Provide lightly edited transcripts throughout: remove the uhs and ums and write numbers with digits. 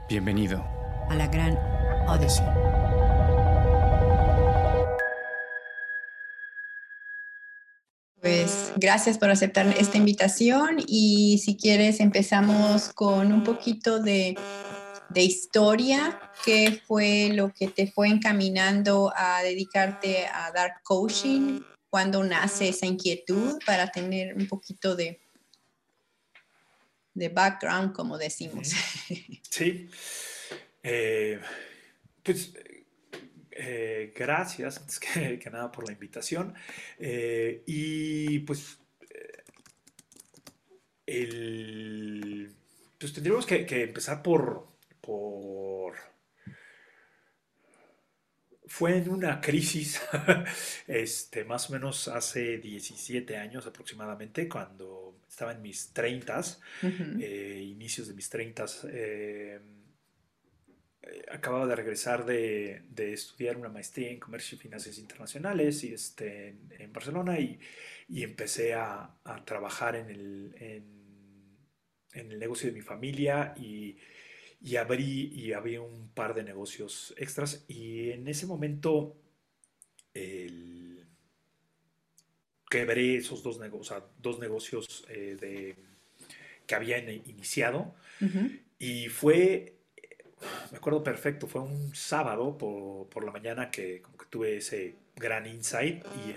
Bienvenido a la Gran Odyssey. Pues gracias por aceptar esta invitación y si quieres empezamos con un poquito de historia. ¿Qué fue lo que te fue encaminando a dedicarte a dar coaching? ¿Cuándo nace esa inquietud para tener un poquito de background, como decimos? Sí. Pues gracias, antes que nada, por la invitación. Y pues, pues tendríamos que empezar por... Fue en una crisis, más o menos hace 17 años aproximadamente, cuando estaba en mis 30s, inicios de mis 30s. Acababa de regresar de estudiar una maestría en Comercio y Finanzas Internacionales en Barcelona y empecé a trabajar en el negocio de mi familia y abrí un par de negocios extras y en ese momento el- quebré esos dos negocios que había iniciado y me acuerdo perfecto, fue un sábado por la mañana que como que tuve ese gran insight y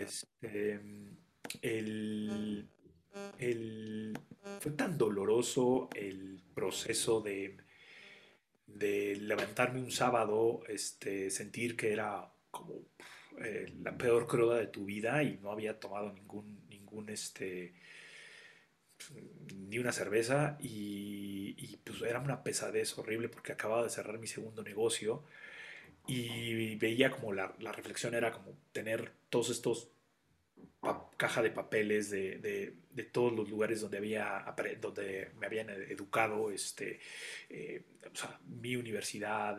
el, el- fue tan doloroso el proceso de levantarme un sábado, sentir que era como la peor cruda de tu vida y no había tomado ni una cerveza y pues era una pesadez horrible porque acababa de cerrar mi segundo negocio y veía como la reflexión era como tener todos estos caja de papeles de todos los lugares donde me habían educado, o sea, mi universidad,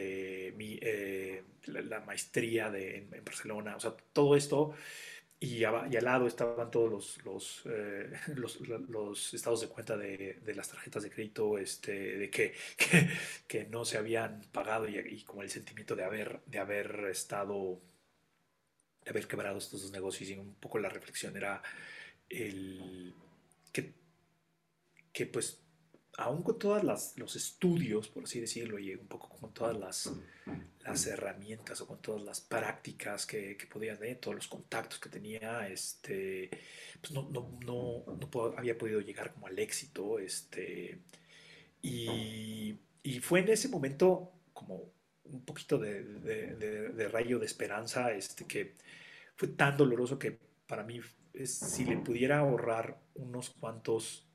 la maestría en Barcelona, o sea, todo esto y al lado estaban todos los estados de cuenta de las tarjetas de crédito, que no se habían pagado y como el sentimiento de haber quebrado estos dos negocios y un poco la reflexión era el que, que pues aún con los estudios, por así decirlo, y un poco con todas las herramientas o con todas las prácticas que podía tener, todos los contactos que tenía, pues había podido llegar como al éxito, y fue en ese momento como un poquito de rayo de esperanza, que fue tan doloroso que para mí, si le pudiera ahorrar unos cuantos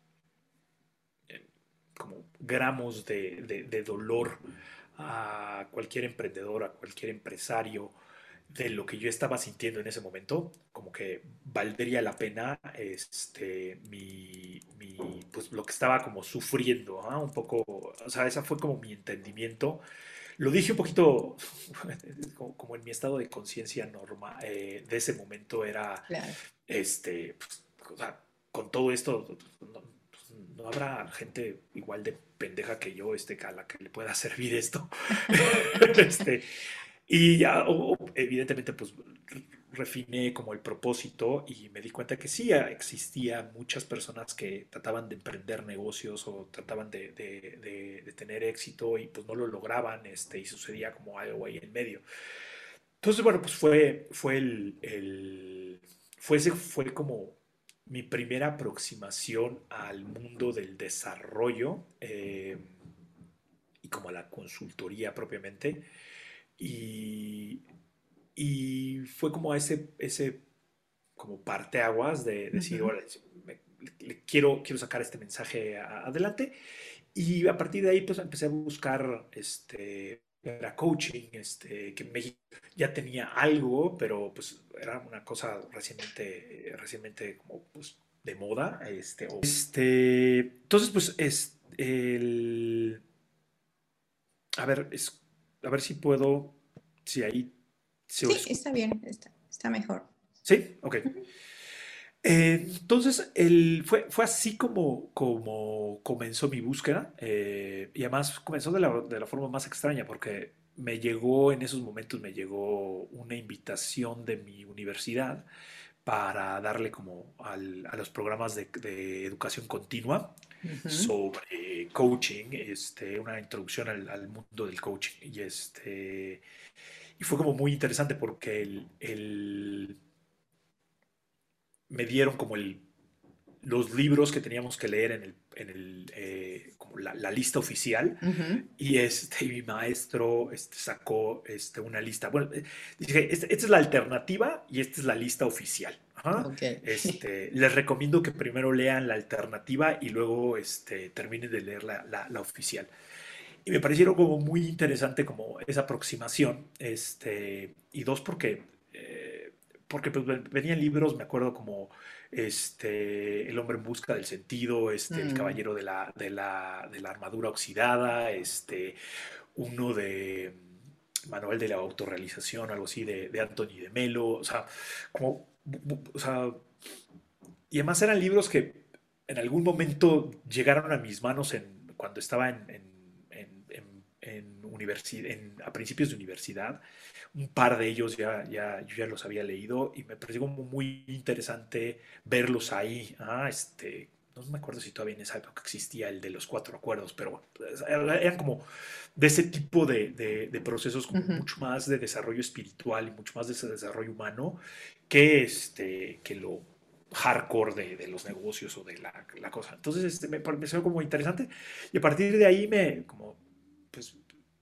como gramos de dolor a cualquier emprendedor, a cualquier empresario, de lo que yo estaba sintiendo en ese momento, como que valdría la pena pues lo que estaba como sufriendo, ¿ah? Un poco, o sea, ese fue como mi entendimiento. Lo dije un poquito como en mi estado de conciencia normal, de ese momento era, Claro. pues, o sea, con todo esto, no, pues, no habrá gente igual de pendeja que yo, a la que le pueda servir esto. este, y ya, evidentemente, pues refiné como el propósito y me di cuenta que sí existía muchas personas que trataban de emprender negocios o trataban de tener éxito y pues no lo lograban, y sucedía como algo ahí en medio. Entonces, bueno, pues ese fue como mi primera aproximación al mundo del desarrollo y como a la consultoría propiamente. Y, y fue como ese como parteaguas de decir, Ujú. "Órale, quiero sacar este mensaje adelante". Y a partir de ahí, pues empecé a buscar era coaching, que en México ya tenía algo, pero pues era una cosa recientemente como pues de moda. Entonces, pues a ver, a ver si puedo, si ahí se Sí, escucha. está bien, está mejor. ¿Sí? Ok. Entonces, fue así como comenzó mi búsqueda, y además comenzó de la forma más extraña, porque en esos momentos me llegó una invitación de mi universidad para darle como a los programas de educación continua Ujú. sobre coaching, una introducción al mundo del coaching. Y fue como muy interesante porque me dieron como los libros que teníamos que leer como la lista oficial, Ujú. y mi maestro sacó una lista. Bueno, dije, esta es la alternativa y esta es la lista oficial. Ajá. Ok. Les recomiendo que primero lean la alternativa y luego terminen de leer la oficial. Y me parecieron como muy interesante como esa aproximación, y dos, porque pues, venían libros, me acuerdo como El hombre en busca del sentido, El Mm. caballero de la armadura oxidada, uno de Manual de la autorrealización, algo así, de Anthony de Melo, o sea, o sea, y además eran libros que en algún momento llegaron a mis manos cuando estaba a principios de universidad. Un par de ellos yo ya los había leído y me pareció como muy interesante verlos ahí. No me acuerdo si todavía en esa época existía el de los cuatro acuerdos, pero bueno, pues, eran como de ese tipo de procesos, como Ujú. mucho más de desarrollo espiritual y mucho más de ese desarrollo humano que lo hardcore de los negocios o de la cosa. Entonces me pareció como interesante y a partir de ahí pues,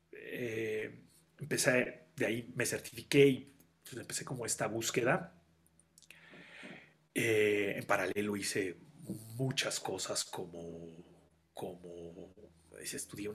de ahí me certifiqué y pues, empecé como esta búsqueda. En paralelo hice muchas cosas como estudié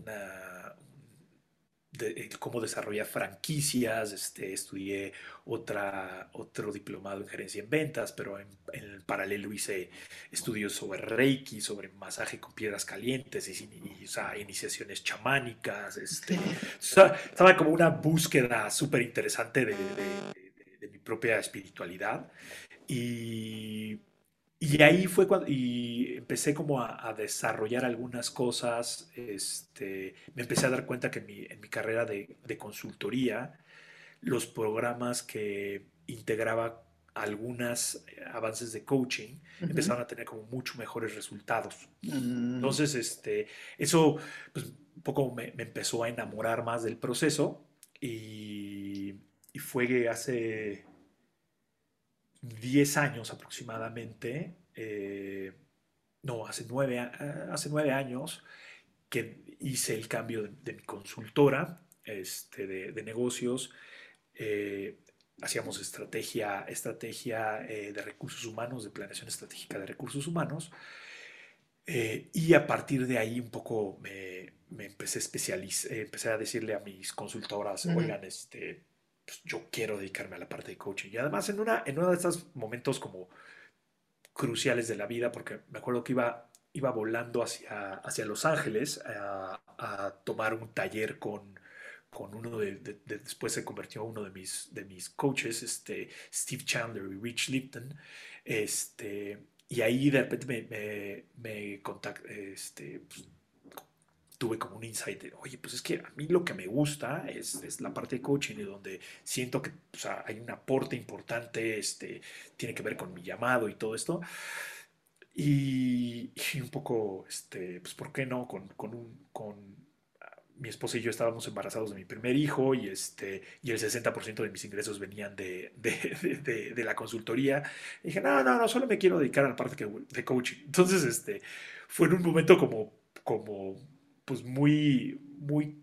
cómo desarrollar franquicias, estudié otro diplomado en gerencia en ventas, pero en el paralelo hice estudios sobre Reiki, sobre masaje con piedras calientes o sea, iniciaciones chamánicas, o sea, estaba como una búsqueda súper interesante de mi propia espiritualidad. Y, y ahí fue cuando y empecé como a desarrollar algunas cosas. Me empecé a dar cuenta que en mi carrera de consultoría, los programas que integraba algunos avances de coaching Ujú. empezaron a tener como mucho mejores resultados. Mm. Entonces, eso pues, un poco me empezó a enamorar más del proceso y fue que hace 10 años aproximadamente, no, hace 9 años que hice el cambio de mi consultora de negocios. eh, Hacíamos estrategia de recursos humanos, de planeación estratégica de recursos humanos, y a partir de ahí un poco me empecé a especializar, empecé a decirle a mis consultoras, Ujú. oigan, pues yo quiero dedicarme a la parte de coaching. Y además en uno de estos momentos como cruciales de la vida, porque me acuerdo que iba volando hacia Los Ángeles a tomar un taller con uno después se convirtió en uno de mis coaches, Steve Chandler y Rich Lipton. Y ahí de repente me contacté, pues, tuve como un insight de, oye, pues es que a mí lo que me gusta es la parte de coaching, y donde siento que, o sea, hay un aporte importante, tiene que ver con mi llamado y todo esto. Y un poco, pues, ¿por qué no? Mi esposa y yo estábamos embarazados de mi primer hijo, y el 60% de mis ingresos venían de la consultoría. Y dije, no, no, no, solo me quiero dedicar a la parte de coaching. Entonces, fue en un momento pues muy, muy,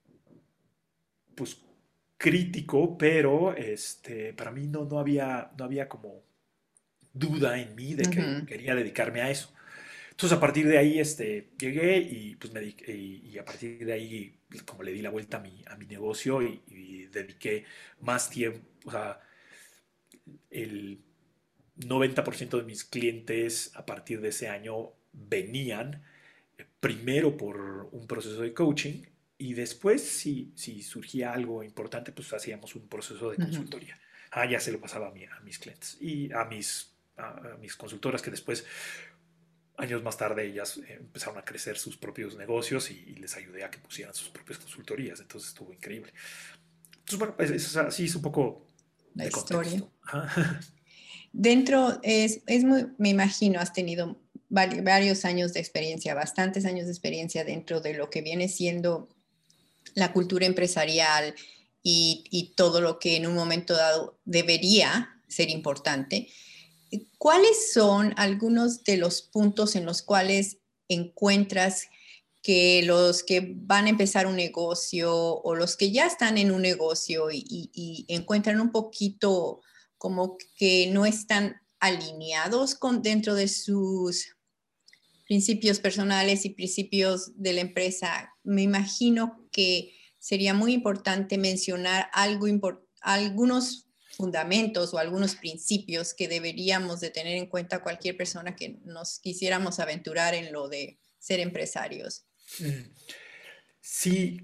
pues crítico, pero para mí no había como duda en mí de que Ujú. quería dedicarme a eso. Entonces a partir de ahí llegué y pues me dediqué, y a partir de ahí como le di la vuelta a mi negocio y dediqué más tiempo, o sea, el 90% de mis clientes a partir de ese año venían primero por un proceso de coaching y después si surgía algo importante pues hacíamos un proceso de Ujú. consultoría. Ya se lo pasaba a mis clientes y a mis consultoras que después, años más tarde, ellas empezaron a crecer sus propios negocios y les ayudé a que pusieran sus propias consultorías. Entonces estuvo increíble. Entonces, bueno, así es un poco La de historia. contexto. Ajá. Dentro, es muy, me imagino, has tenido varios años de experiencia, bastantes años de experiencia dentro de lo que viene siendo la cultura empresarial y todo lo que en un momento dado debería ser importante. ¿Cuáles son algunos de los puntos en los cuales encuentras que los que van a empezar un negocio o los que ya están en un negocio y encuentran un poquito como que no están alineados con dentro de sus principios personales y principios de la empresa? Me imagino que sería muy importante mencionar algunos fundamentos o algunos principios que deberíamos de tener en cuenta cualquier persona que nos quisiéramos aventurar en lo de ser empresarios. Mm. Sí,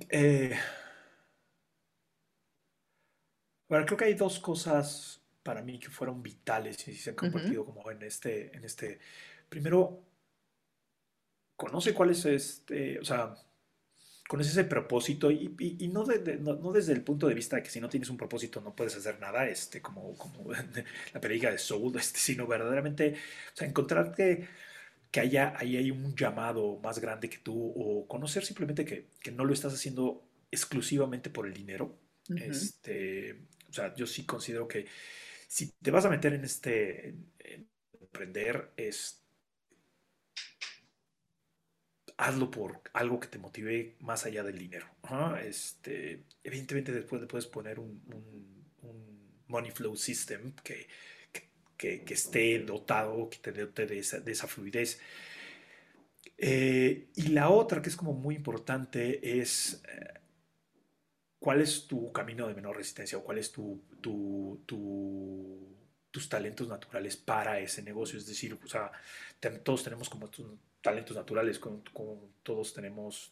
bueno, creo que hay dos cosas para mí que fueron vitales y se han Ujú, compartido como primero, conoce cuál es o sea, conoce ese propósito y no, no desde el punto de vista de que si no tienes un propósito no puedes hacer nada, como la película de Soul, sino verdaderamente, o sea, encontrarte que ahí hay un llamado más grande que tú o conocer simplemente que no lo estás haciendo exclusivamente por el dinero. ujú, O sea, yo sí considero que si te vas a meter en emprender, hazlo por algo que te motive más allá del dinero. Ajá. Evidentemente después le puedes poner un money flow system que esté dotado, que te dote de esa fluidez. Y la otra que es como muy importante es cuál es tu camino de menor resistencia o cuál es tus talentos naturales para ese negocio. Es decir, o sea, todos tenemos como estos talentos naturales, como todos tenemos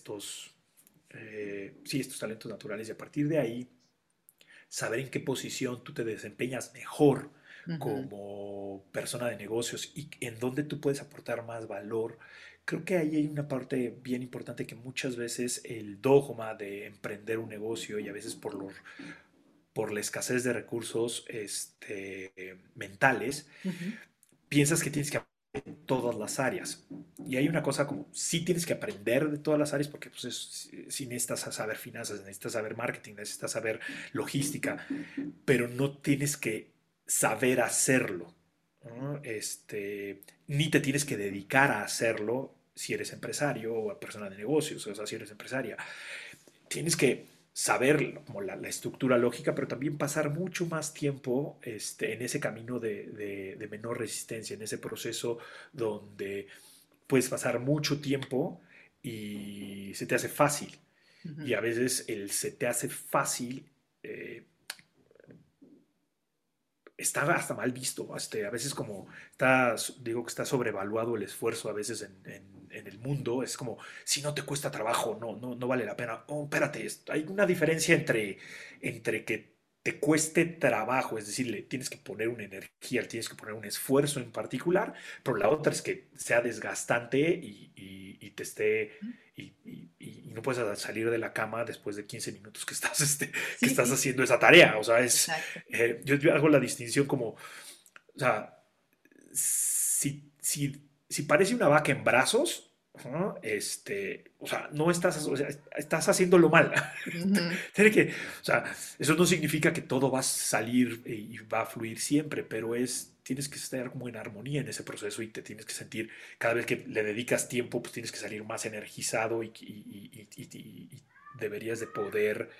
sí, estos talentos naturales y a partir de ahí saber en qué posición tú te desempeñas mejor ujú. como persona de negocios y en dónde tú puedes aportar más valor. Creo que ahí hay una parte bien importante que muchas veces el dogma de emprender un negocio y a veces por la escasez de recursos mentales, Ujú. piensas que tienes que aprender en todas las áreas. Y hay una cosa como, sí tienes que aprender de todas las áreas porque pues si necesitas saber finanzas, necesitas saber marketing, necesitas saber logística, pero no tienes que saber hacerlo, ¿no? Ni te tienes que dedicar a hacerlo si eres empresario o persona de negocios, o sea, si eres empresaria. Tienes que saber como la estructura lógica, pero también pasar mucho más tiempo en ese camino de menor resistencia, en ese proceso donde puedes pasar mucho tiempo y se te hace fácil. Y Ujú. a veces el se te hace fácil eh, está hasta mal visto. A veces como digo que está sobrevaluado el esfuerzo a veces en el mundo. Es como, si no te cuesta trabajo, no vale la pena. Oh, espérate, hay una diferencia entre que te cueste trabajo, es decir, le tienes que poner una energía, le tienes que poner un esfuerzo en particular, pero la otra es que sea desgastante y te esté y no puedes salir de la cama después de 15 minutos que Sí, estás sí, haciendo esa tarea. O sea, exacto. yo hago la distinción como, o sea, si parece una vaca en brazos, ¿no? O sea, no estás, o sea, estás haciéndolo mal. Ujú. Tiene que, o sea, eso no significa que todo va a salir y va a fluir siempre, pero tienes que estar como en armonía en ese proceso y te tienes que sentir, cada vez que le dedicas tiempo, pues tienes que salir más energizado y deberías de poder,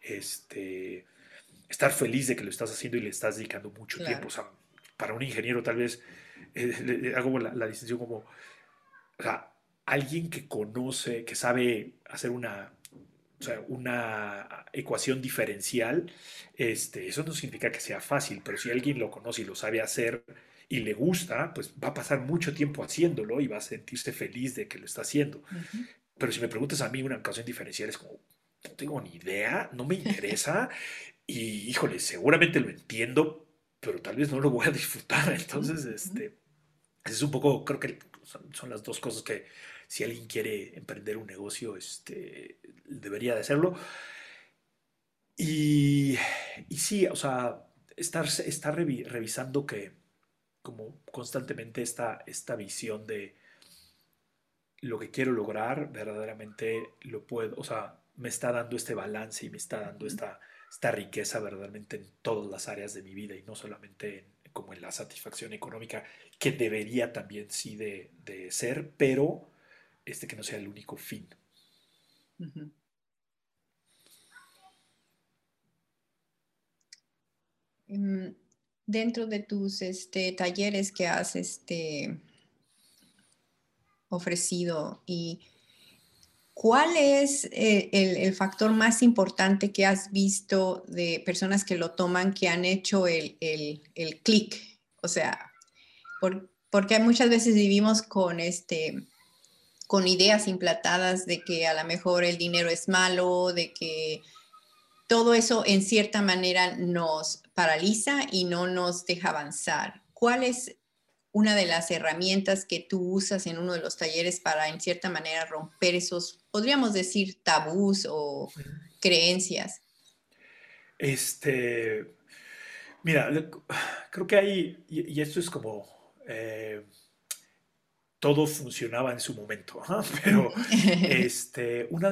estar feliz de que lo estás haciendo y le estás dedicando mucho tiempo. Claro. O sea, para un ingeniero tal vez le hago la distinción como, o sea, alguien que conoce, que sabe hacer o sea, una ecuación diferencial, eso no significa que sea fácil, pero si alguien lo conoce y lo sabe hacer y le gusta, pues va a pasar mucho tiempo haciéndolo y va a sentirse feliz de que lo está haciendo. Ujú. Pero si me preguntas a mí una ecuación diferencial es como, no tengo ni idea, no me interesa y híjole, seguramente lo entiendo, pero tal vez no lo voy a disfrutar. Entonces, Ujú. es un poco, creo que son las dos cosas que si alguien quiere emprender un negocio, debería de hacerlo. Y, y sí, o sea, estar revisando que como constantemente esta visión de lo que quiero lograr, verdaderamente lo puedo, o sea, me está dando este balance y me está dando Ujú. esta riqueza verdaderamente en todas las áreas de mi vida y no solamente como en la satisfacción económica, que debería también sí de ser, pero que no sea el único fin. Ujú. Mm, Dentro de tus talleres que has ofrecido, y ¿cuál es el factor más importante que has visto de personas que lo toman, que han hecho el clic? O sea, porque muchas veces vivimos con ideas implantadas de que a lo mejor el dinero es malo, de que todo eso en cierta manera nos paraliza y no nos deja avanzar. ¿Cuál es una de las herramientas que tú usas en uno de los talleres para en cierta manera romper esos, podríamos decir, tabús o creencias? Este, Mira, creo que hay, y esto es como, todo funcionaba en su momento, ajá, pero Ujú. una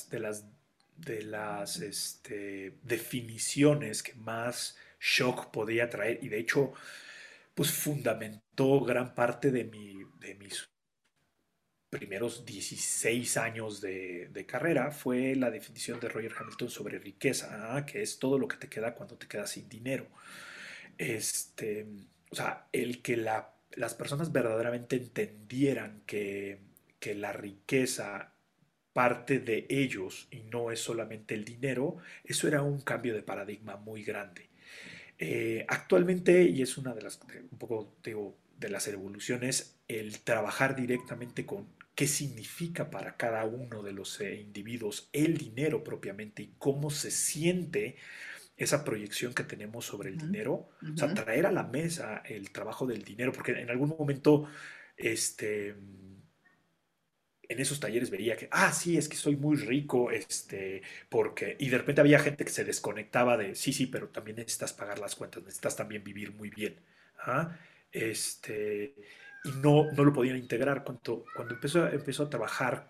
de las definiciones que más shock podía traer, y de hecho, pues fundamentó gran parte de mis primeros 16 años de carrera, fue la definición de Roger Hamilton sobre riqueza, ¿ah? Que es todo lo que te queda cuando te quedas sin dinero. Este, o sea, el que las personas verdaderamente entendieran que la riqueza parte de ellos y no es solamente el dinero, eso era un cambio de paradigma muy grande. Actualmente, y es una de las, un poco, digo, de las evoluciones, el trabajar directamente con qué significa para cada uno de los individuos el dinero propiamente y cómo se siente esa proyección que tenemos sobre el dinero, o sea, Ujú. traer a la mesa el trabajo del dinero, porque en algún momento, este, en esos talleres veía que, sí, es que soy muy rico, porque, y de repente había gente que se desconectaba de, sí, sí, pero también necesitas pagar las cuentas, necesitas también vivir muy bien. ¿Ah? Este, y no lo podían integrar. Cuando empezó a trabajar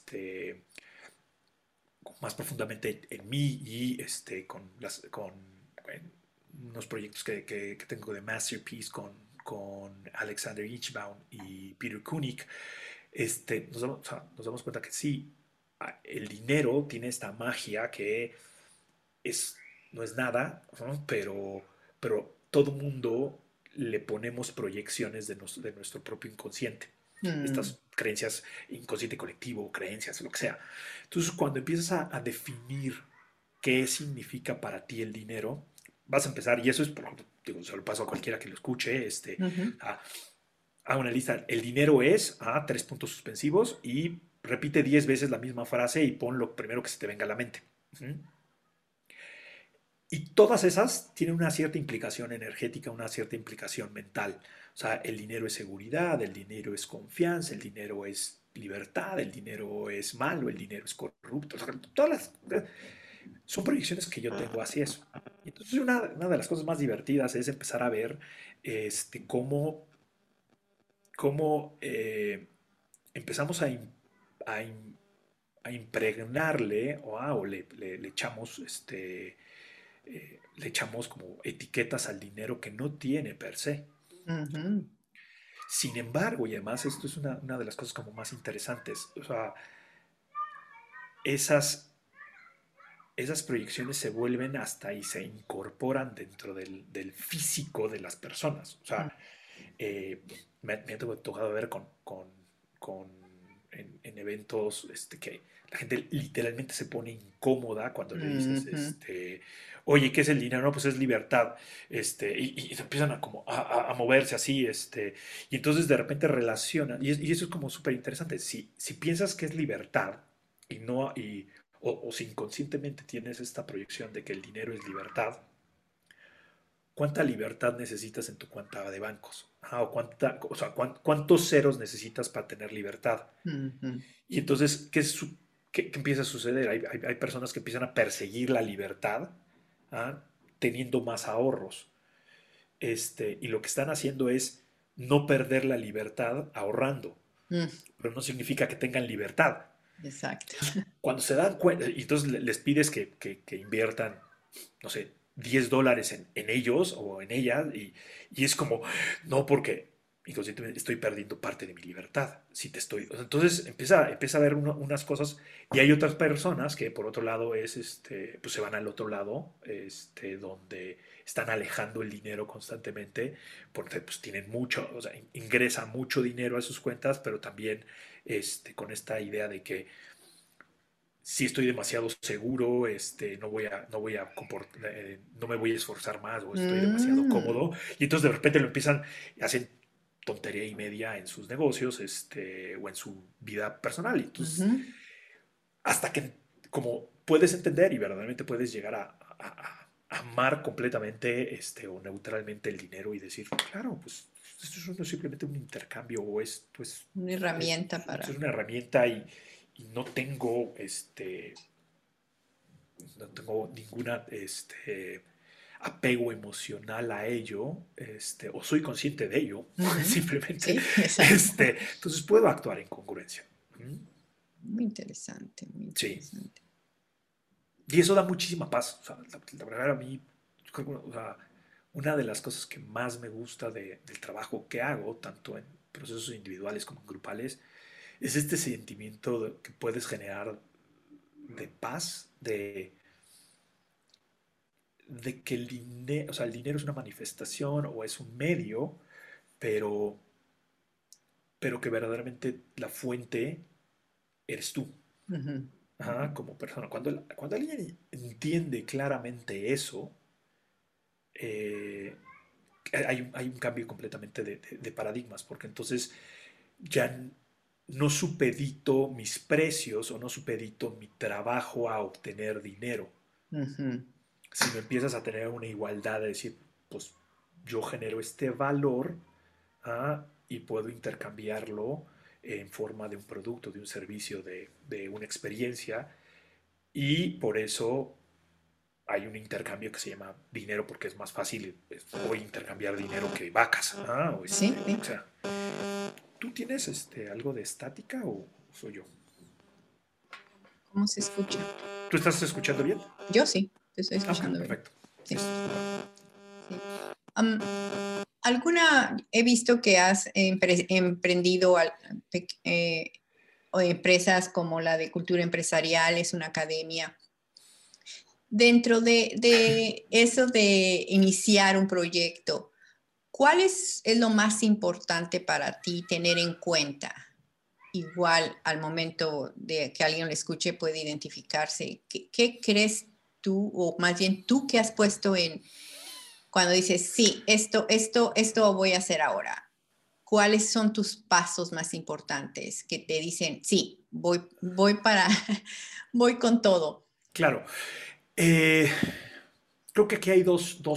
más profundamente en mí y con unos proyectos que tengo de Masterpiece con Alexander Inchbaum y Peter Koenig, o sea, nos damos cuenta que sí, el dinero tiene esta magia que es, no es nada, ¿no? Pero todo mundo le ponemos proyecciones de nuestro propio inconsciente. Mm. Estas creencias, inconsciente colectivo, creencias, lo que sea. Entonces, cuando empiezas a definir qué significa para ti el dinero, vas a empezar, y eso es, por ejemplo, digo, se lo paso a cualquiera que lo escuche, Ujú. a, a una lista, el dinero es, tres puntos suspensivos, y repite 10 veces la misma frase y pon lo primero que se te venga a la mente. ¿Mm? Y todas esas tienen una cierta implicación energética, una cierta implicación mental. O sea, el dinero es seguridad, el dinero es confianza, el dinero es libertad, el dinero es malo, el dinero es corrupto. O sea, todas las, son proyecciones que yo tengo hacia eso. Y entonces una de las cosas más divertidas es empezar a ver cómo empezamos a, im- a impregnarle o le echamos le echamos como etiquetas al dinero que no tiene per se. Ujú. Sin embargo, y además esto es una de las cosas como más interesantes, o sea, esas, esas proyecciones se vuelven hasta y se incorporan dentro del físico de las personas. O sea, me ha tocado ver con en eventos que la gente literalmente se pone incómoda cuando le dices, Ujú. oye, ¿qué es el dinero? No, pues es libertad. Y se empiezan a, como a moverse así, y entonces de repente relacionan, y eso es como súper interesante. Si piensas que es libertad y no, o si inconscientemente tienes esta proyección de que el dinero es libertad, ¿cuánta libertad necesitas en tu cuenta de bancos? ¿Cuántos ceros necesitas para tener libertad? Ujú. Y entonces, ¿qué empieza a suceder? Hay personas que empiezan a perseguir la libertad, ¿ah? Teniendo más ahorros. Y lo que están haciendo es no perder la libertad ahorrando, Mm, pero no significa que tengan libertad. exacto. Entonces, cuando se dan cuenta, y entonces les pides que inviertan, no sé, $10 en ellos o en ellas, y es como, no, porque inconscientemente estoy perdiendo parte de mi libertad. Si te estoy, entonces empieza a ver unas cosas, y hay otras personas que por otro lado pues se van al otro lado, donde están alejando el dinero constantemente, porque pues tienen mucho, o sea, ingresa mucho dinero a sus cuentas, pero también con esta idea de que si estoy demasiado seguro, no me voy a esforzar más o estoy demasiado Mm, cómodo. Y entonces de repente lo empiezan, hacen tontería y media en sus negocios, o en su vida personal. Y entonces, ujú. hasta que como puedes entender y verdaderamente puedes llegar a amar completamente, o neutralmente el dinero y decir, claro, pues esto no es simplemente un intercambio o esto Una es, herramienta esto es para... una herramienta, y no tengo ninguna apego emocional a ello, o soy consciente de ello, Ujú. simplemente, Sí, exacto. entonces puedo actuar en congruencia. ¿Mm? Muy interesante, muy Sí, interesante. y eso da muchísima paz. O sea, la verdad, a mí, o sea, una de las cosas que más me gusta del trabajo que hago, tanto en procesos individuales como en grupales, es este sentimiento que puedes generar de paz, de que el dinero, o sea, el dinero es una manifestación o es un medio, pero, pero que verdaderamente la fuente eres tú, Ujú, ajá, como persona. Cuando alguien entiende claramente eso, eh, hay un cambio completamente de paradigmas, porque entonces ya no supedito mis precios o no supedito mi trabajo a obtener dinero, ujú. sino empiezas a tener una igualdad de decir, pues yo genero este valor, y puedo intercambiarlo en forma de un producto, de un servicio, de una experiencia, y por eso hay un intercambio que se llama dinero, porque es más fácil hoy intercambiar dinero que vacas, Sí, o sí. sea, ¿tú tienes algo de estática o soy yo? ¿Cómo se escucha? ¿Tú estás escuchando bien? Yo sí, te estoy Ah, ok, escuchando bien. perfecto. Sí, Listo. sí. He visto que has emprendido o empresas como la de Cultura Empresarial, es una academia. Dentro de eso de iniciar un proyecto, ¿cuál es lo más importante para ti tener en cuenta? Igual al momento de que alguien lo escuche puede identificarse. ¿Qué crees tú, o más bien tú qué has puesto en cuando dices, sí, esto voy a hacer ahora? ¿Cuáles son tus pasos más importantes que te dicen, sí, voy para, voy con todo? Claro. Eh, Creo que aquí hay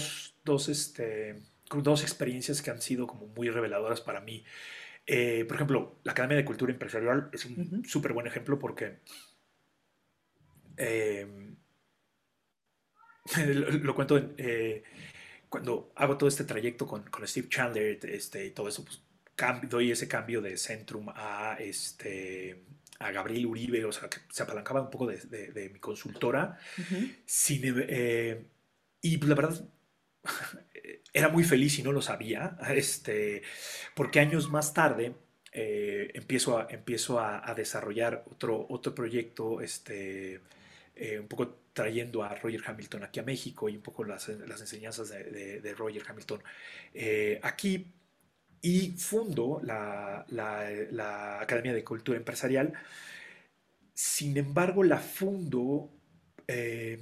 dos experiencias que han sido como muy reveladoras para mí. Por ejemplo, la Academia de Cultura Empresarial es un Ujú, súper buen ejemplo porque eh, lo cuento cuando hago todo este trayecto con Steve Chandler, y todo eso, pues doy ese cambio de Centrum a Gabriel Uribe, o sea, que se apalancaba un poco de mi consultora. ujú, Sin, y pues, la verdad, era muy feliz y no lo sabía, porque años más tarde empiezo a desarrollar otro proyecto, un poco trayendo a Roger Hamilton aquí a México y un poco las enseñanzas de Roger Hamilton aquí, y fundo la Academia de Cultura Empresarial. Sin embargo, la fundo eh,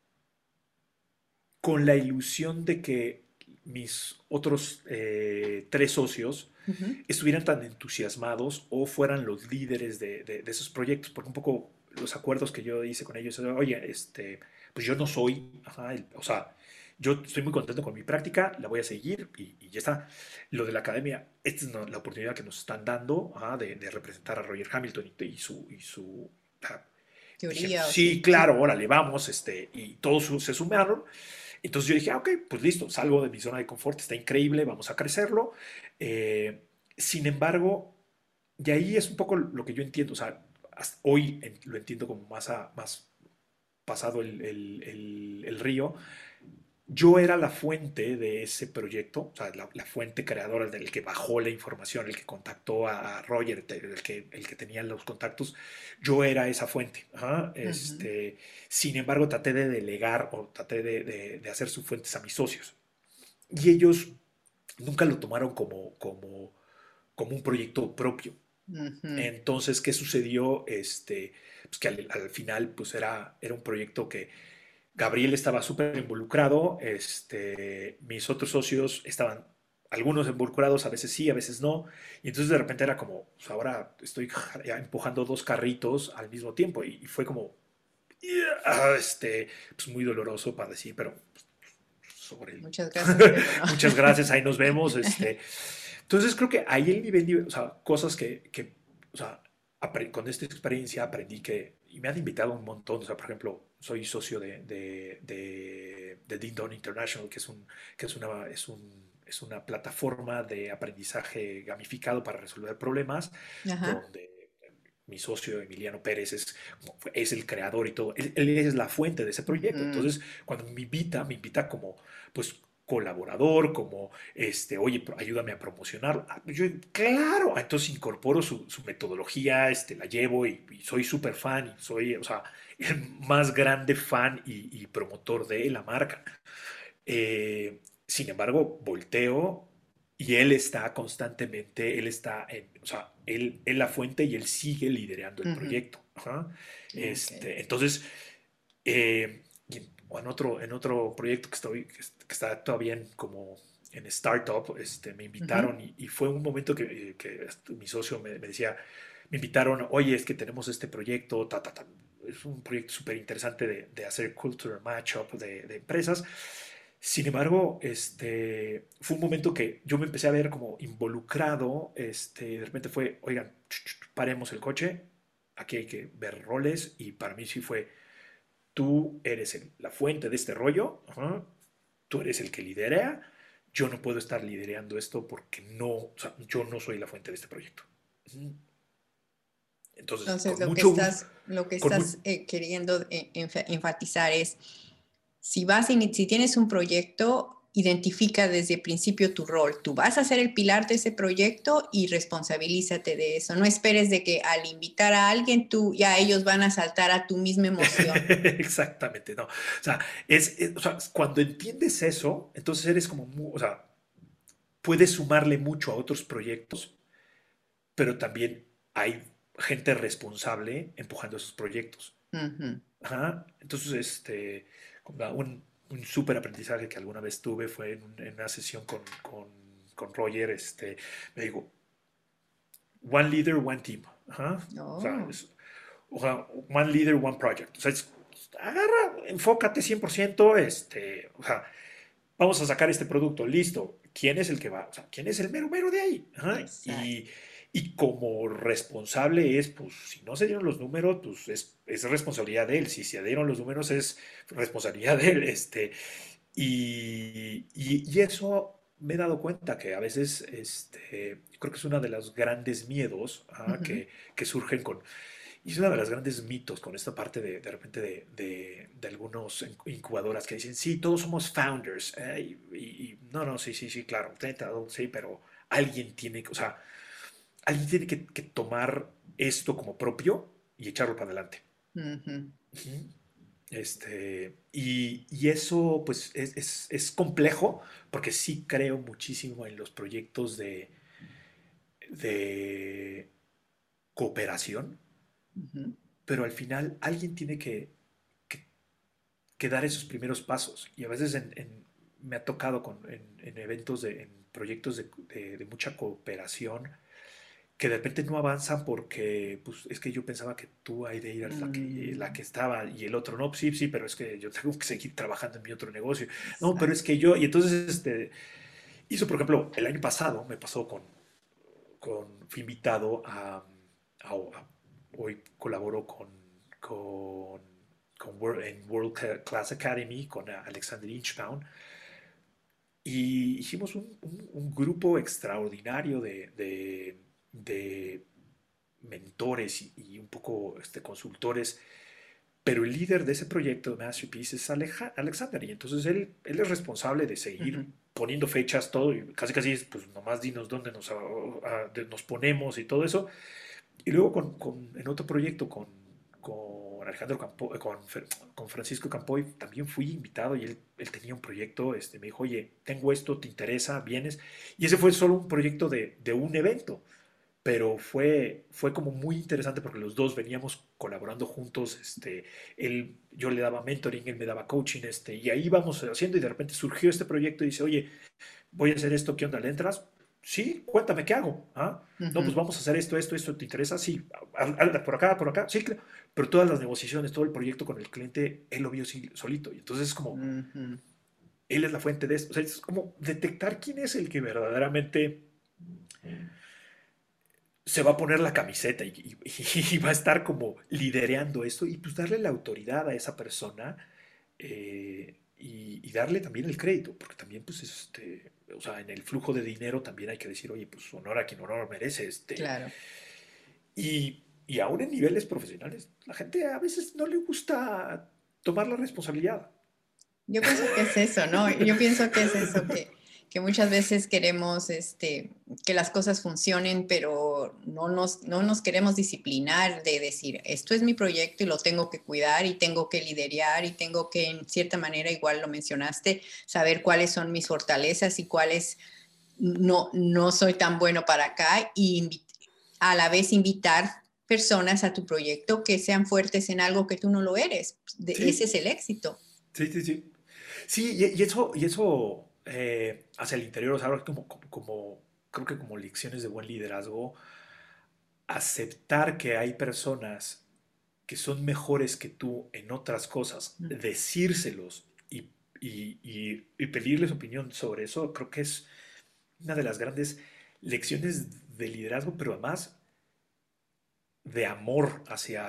con la ilusión de que mis otros tres socios ujú. estuvieran tan entusiasmados o fueran los líderes de esos proyectos, porque un poco los acuerdos que yo hice con ellos, oye, pues yo no soy, ajá, o sea, yo estoy muy contento con mi práctica, la voy a seguir y ya está. Lo de la academia, esta es la oportunidad que nos están dando de representar a Roger Hamilton y su ah, dijeron, Teoría, o sí, sí, sí. claro, órale, vamos, y todos se sumaron. Entonces yo dije, ok, pues listo, salgo de mi zona de confort, está increíble, vamos a crecerlo. Eh, Sin embargo, y ahí es un poco lo que yo entiendo, o sea, hoy lo entiendo como más pasado el río. Yo era la fuente de ese proyecto, o sea, la fuente creadora del que bajó la información, el que contactó a Roger, el que tenía los contactos. Yo era esa fuente. Ajá. Ujú. Sin embargo, traté de delegar o traté de hacer sus fuentes a mis socios. Y ellos nunca lo tomaron como un proyecto propio. Ujú. Entonces, ¿qué sucedió? Pues que al final pues era un proyecto que Gabriel estaba súper involucrado, mis otros socios estaban algunos involucrados, a veces sí, a veces no, y entonces de repente era como, pues ahora estoy ya empujando dos carritos al mismo tiempo, y fue como, pues muy doloroso para decir, pero sobre el... Muchas gracias, pero no. Muchas gracias, ahí nos vemos, Entonces creo que ahí el nivel, o sea, cosas que o sea, con esta experiencia aprendí y me han invitado un montón, o sea, por ejemplo, soy socio de Ding Dong International, que es una plataforma de aprendizaje gamificado para resolver problemas, Ajá. donde mi socio Emiliano Pérez es el creador y todo, él es la fuente de ese proyecto. Ujú. Entonces, cuando me invita como, pues, colaborador, como, oye, ayúdame a promocionar. Yo, claro, entonces incorporo su metodología, la llevo y soy súper fan y soy, o sea, el más grande fan y promotor de la marca. Sin embargo, volteo y él está constantemente, o sea, él la fuente y él sigue liderando el Ujú. proyecto. Ajá. Ok. Entonces, o en otro proyecto que está todavía como en startup, me Ujú. invitaron y fue un momento que mi socio me decía, me invitaron, oye, es que tenemos este proyecto, es un proyecto súper interesante de hacer culture matchup de empresas. Sin embargo, fue un momento que yo me empecé a ver como involucrado, de repente fue, oigan, paremos el coche, aquí hay que ver roles y para mí sí fue, tú eres la fuente de este rollo, ajá, tú eres el que lidera, yo no puedo estar liderando esto porque no, o sea, yo no soy la fuente de este proyecto. Entonces, Entonces, lo que con muy, estás queriendo enfatizar es, si tienes un proyecto, identifica desde el principio tu rol. Tú vas a ser el pilar de ese proyecto y responsabilízate de eso. No esperes de que al invitar a alguien, ya ellos van a saltar a tu misma emoción. exactamente, no. O sea, o sea, cuando entiendes eso, entonces eres como, o sea, puedes sumarle mucho a otros proyectos, pero también hay gente responsable empujando esos proyectos. Ujú. Ajá. Entonces, como un súper aprendizaje que alguna vez tuve fue en una sesión con Roger, me dijo, one leader, one team. Ajá. O sea, Oh, one leader, one project. O sea, agarra, enfócate 100%, o sea, vamos a sacar este producto, listo. ¿Quién es el que va? O sea, ¿quién es el mero mero de ahí? Ajá. exacto. Y como responsable pues, si no se dieron los números, pues es responsabilidad de él. Si se dieron los números, es responsabilidad de él. Y eso me he dado cuenta que a veces, creo que es uno de los grandes miedos, ajá, Ujú. que surgen y es uno de los grandes mitos con esta parte de repente de algunos incubadoras que dicen, sí, todos somos founders. No, no, sí, sí, sí, claro, sí, pero alguien tiene, o sea, alguien tiene que tomar esto como propio y echarlo para adelante. Ujú. Ujú. Y eso pues es complejo porque sí creo muchísimo en los proyectos de cooperación, Ujú. pero al final alguien tiene que- que dar esos primeros pasos. Y a veces me ha tocado en eventos, en proyectos de mucha cooperación, que de repente no avanzan porque, pues, es que yo pensaba que tú, Aide, eras la que estaba y el otro no, pues, sí, sí, pero es que yo tengo que seguir trabajando en mi otro negocio. No, pero es Exacto. que yo, y entonces, hizo, por ejemplo, el año pasado me pasó fui invitado hoy colaboro con, en World Class Academy con Alexander Inchbaum y hicimos un grupo extraordinario de mentores y un poco consultores, pero el líder de ese proyecto de Masterpiece es Alexander, y entonces él es responsable de seguir Ujú. poniendo fechas, todo, y casi casi es, pues nomás dinos dónde nos ponemos y todo eso. Y luego en otro proyecto con Alejandro Campo, con Francisco Campoy, también fui invitado y él tenía un proyecto, me dijo, oye, tengo esto, ¿te interesa? ¿Vienes? Y ese fue solo un proyecto de un evento, pero fue como muy interesante porque los dos veníamos colaborando juntos, yo le daba mentoring, él me daba coaching, y ahí vamos haciendo y de repente surgió este proyecto y dice, oye, voy a hacer esto, ¿qué onda? ¿Le entras? Sí, cuéntame, ¿qué hago? ¿Ah? No, pues Ujú. vamos a hacer esto, ¿te interesa? Sí, por acá, sí, claro. Pero todas las negociaciones, todo el proyecto con el cliente, él lo vio solito. Y entonces es como, Ujú. él es la fuente de esto. O sea, es como detectar quién es el que verdaderamente se va a poner la camiseta y va a estar como lidereando esto y pues darle la autoridad a esa persona y darle también el crédito, porque también pues o sea, en el flujo de dinero también hay que decir, oye, pues honor a quien honor merece, Claro. y aún en niveles profesionales, la gente a veces no le gusta tomar la responsabilidad. Yo pienso que es eso, ¿no? Yo pienso que es eso, que muchas veces queremos que las cosas funcionen, pero no nos queremos disciplinar de decir, esto es mi proyecto y lo tengo que cuidar y tengo que liderar y tengo que, en cierta manera, igual lo mencionaste, saber cuáles son mis fortalezas y cuáles no soy tan bueno para acá y a la vez invitar personas a tu proyecto que sean fuertes en algo que tú no lo eres. Ese Sí, es el éxito. sí, sí, sí. Sí, y eso hacia el interior, o sea, ahora creo que como lecciones de buen liderazgo, aceptar que hay personas que son mejores que tú en otras cosas, decírselos y pedirles opinión sobre eso, creo que es una de las grandes lecciones de liderazgo, pero además de amor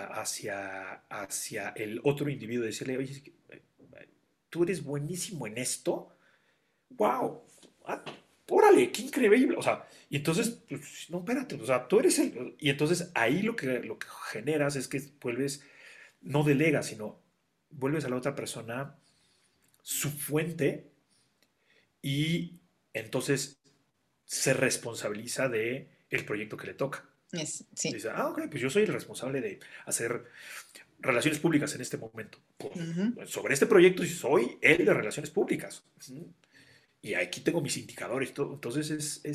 hacia el otro individuo, decirle, oye, tú eres buenísimo en esto, wow, ah, órale, qué increíble, o sea, y entonces, Sí. pues, no, espérate, o sea, tú eres y entonces ahí lo que generas es que vuelves, no delegas, sino vuelves a la otra persona su fuente y entonces se responsabiliza de el proyecto que le toca. Sí. Dice, ok, pues yo soy el responsable de hacer relaciones públicas en este momento. Ujú. Pues, sobre este proyecto soy el de relaciones públicas. Y aquí tengo mis indicadores. Todo. Entonces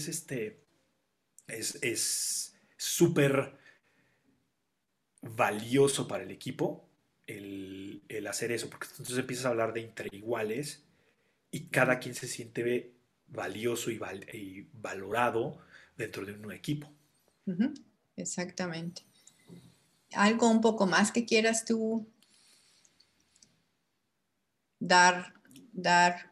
es súper valioso para el equipo el hacer eso, porque entonces empiezas a hablar de entre iguales y cada quien se siente valioso y valorado dentro de un equipo. Ujú. Exactamente. ¿Algo un poco más que quieras tú dar, dar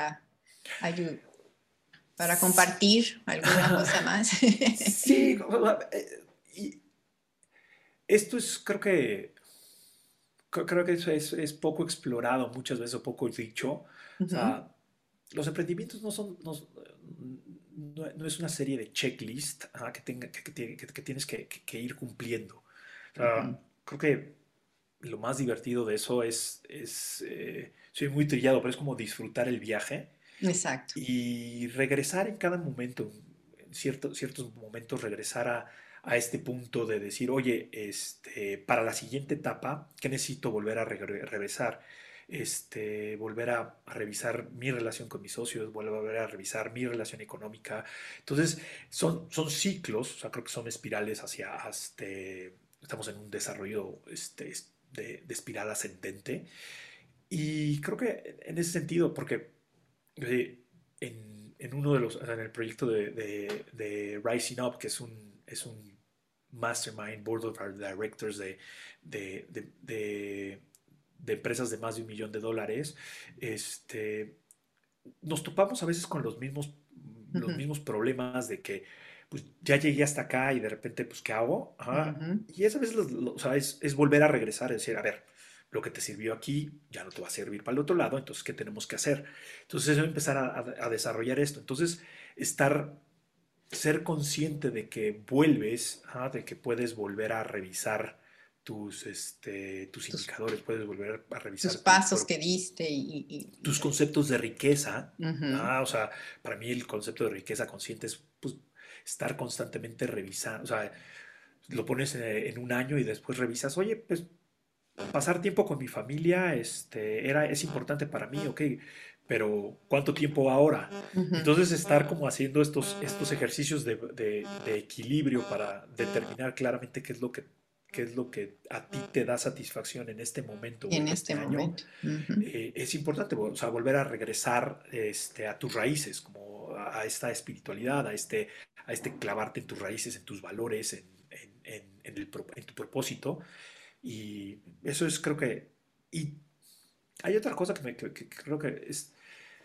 para compartir alguna cosa más? Sí, y esto es, creo que eso es poco explorado muchas veces o poco dicho. O Ujú. sea, los emprendimientos no es una serie de checklist que tienes que ir cumpliendo. O sea, Ujú. creo que lo más divertido de eso soy muy trillado, pero es como disfrutar el viaje Exacto. y regresar en cada momento, en ciertos momentos, regresar a este punto de decir, oye, para la siguiente etapa, ¿qué necesito volver a revisar? Volver a revisar mi relación con mis socios, volver a revisar mi relación económica. Entonces, son ciclos, o sea, creo que son espirales estamos en un desarrollo de espiral ascendente. Y creo que en ese sentido, porque en uno de los, en el proyecto de Rising Up, que es un mastermind, board of directors de, de- de- de empresas de más de $1 millón, nos topamos a veces con los Ujú, mismos problemas de que pues ya llegué hasta acá y de repente pues ¿qué hago? Ajá. ujú. Y esa vez o sea, es volver a regresar y decir, a ver, lo que te sirvió aquí ya no te va a servir para el otro lado, entonces ¿qué tenemos que hacer? Entonces es empezar a desarrollar esto. Entonces estar, ser consciente de que vuelves, ajá, de que puedes volver a revisar tus Tus, indicadores, puedes volver a tus revisar pasos que diste tus conceptos de riqueza. ujú. O sea, para mí el concepto de riqueza consciente es pues, estar constantemente revisando. O sea, lo pones en un año y después revisas, oye, pues pasar tiempo con mi familia es importante para mí, ok, pero ¿cuánto tiempo ahora? Ujú. Entonces estar como haciendo estos ejercicios de equilibrio para determinar claramente qué es lo que a ti te da satisfacción en este momento o En en este este año, momento. Ujú. es importante, o sea, volver a regresar a tus raíces, como a esta espiritualidad, a este clavarte en tus raíces, en tus valores, en tu propósito. Y eso es, creo que. Y hay otra cosa que creo que es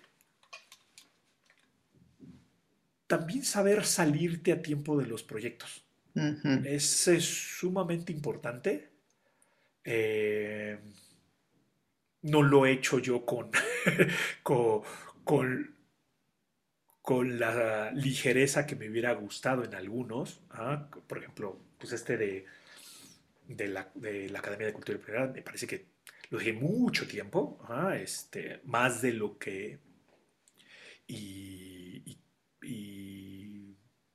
también saber salirte a tiempo de los proyectos. Ujú. Es sumamente importante. Eh, no lo he hecho yo con, con, con la ligereza que me hubiera gustado en algunos. ¿Ah? Por ejemplo, pues de la Academia de Cultura y Prioridad, me parece que lo dejé mucho tiempo, ¿ah? Más de lo que. Y, y, y,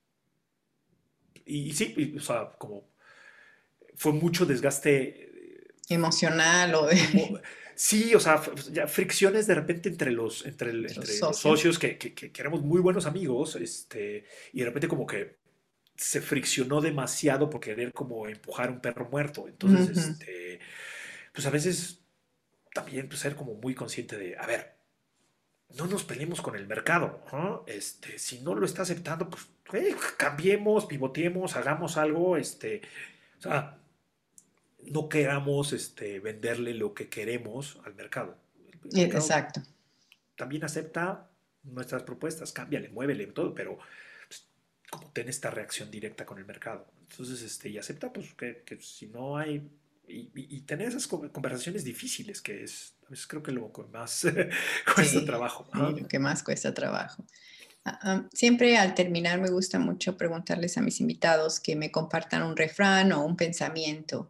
y sí, o sea, como fue mucho desgaste. Emocional o emo- sí, o sea, ya fricciones de repente los entre los socios. socios que éramos muy buenos amigos, y de repente como que se friccionó demasiado por querer como empujar un perro muerto. Entonces, Ujú. pues a veces también pues, ser como muy consciente de, a ver, no nos peleemos con el mercado, ¿no? Si no lo está aceptando, pues cambiemos, pivoteemos, hagamos algo, o sea, no queramos venderle lo que queremos al mercado. El mercado Exacto. también acepta nuestras propuestas, cámbiale, muévele, todo, pero pues, como ten esta reacción directa con el mercado. Entonces, y acepta, pues, que si no hay, y tener esas conversaciones difíciles, que es, a veces creo que lo que más cuesta Sí, trabajo. sí, Ajá. lo que más cuesta trabajo. Siempre al terminar me gusta mucho preguntarles a mis invitados que me compartan un refrán o un pensamiento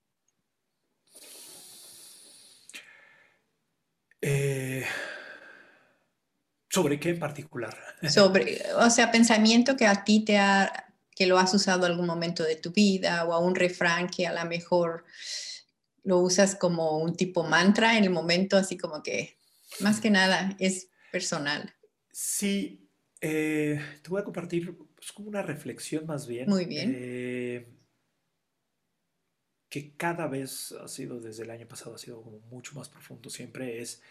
Eh, ¿Sobre qué en particular? sobre, o sea, pensamiento que a ti que lo has usado algún momento de tu vida o a un refrán que a lo mejor lo usas como un tipo mantra en el momento, así como que más que nada es personal. Sí, te voy a compartir pues, como una reflexión más bien, Muy bien. que cada vez ha sido, desde el año pasado, ha sido como mucho más profundo. Siempre es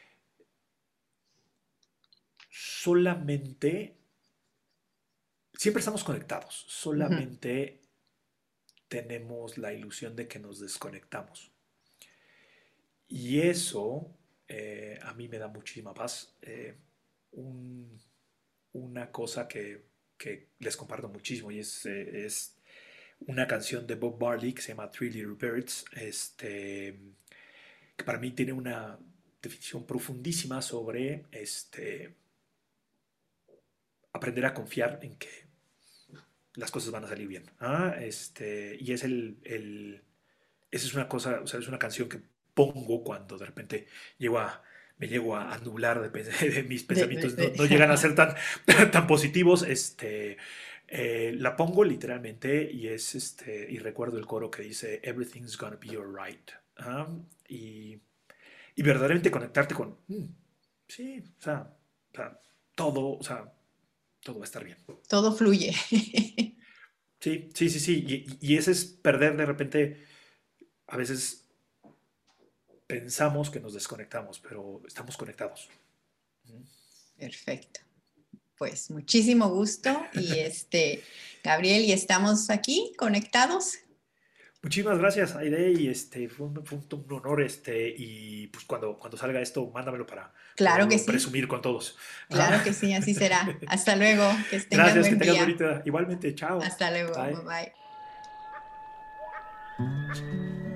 solamente, siempre estamos conectados, Ujú. solamente tenemos la ilusión de que nos desconectamos. Y eso a mí me da muchísima paz. Un- una cosa que les comparto muchísimo y es una canción de Bob Marley que se llama Three Little Birds, que para mí tiene una definición profundísima sobre aprender a confiar en que las cosas van a salir bien. Y esa es una cosa, o sea, es una canción que pongo cuando de repente llego a, me llego a nublar de mis De- pensamientos, no, de- no llegan a ser tan positivos. La pongo literalmente y recuerdo el coro que dice Everything's gonna be alright. Ajá. Y, y verdaderamente conectarte con, sí, o sea, todo, o sea, todo va a estar bien. Todo fluye. Sí, sí, sí, sí. Y ese es perder de repente, a veces pensamos que nos desconectamos, pero estamos conectados. Perfecto. pues muchísimo gusto y Gabriel, y estamos aquí conectados. Muchísimas gracias, Aide, y fue un honor, y pues cuando salga esto, mándamelo para Claro que poderlo sí, presumir con todos. claro que sí, así será. Hasta luego, que tengan Gracias, que buen tengas día. bonita. Igualmente, chao. Hasta luego, Bye. bye bye.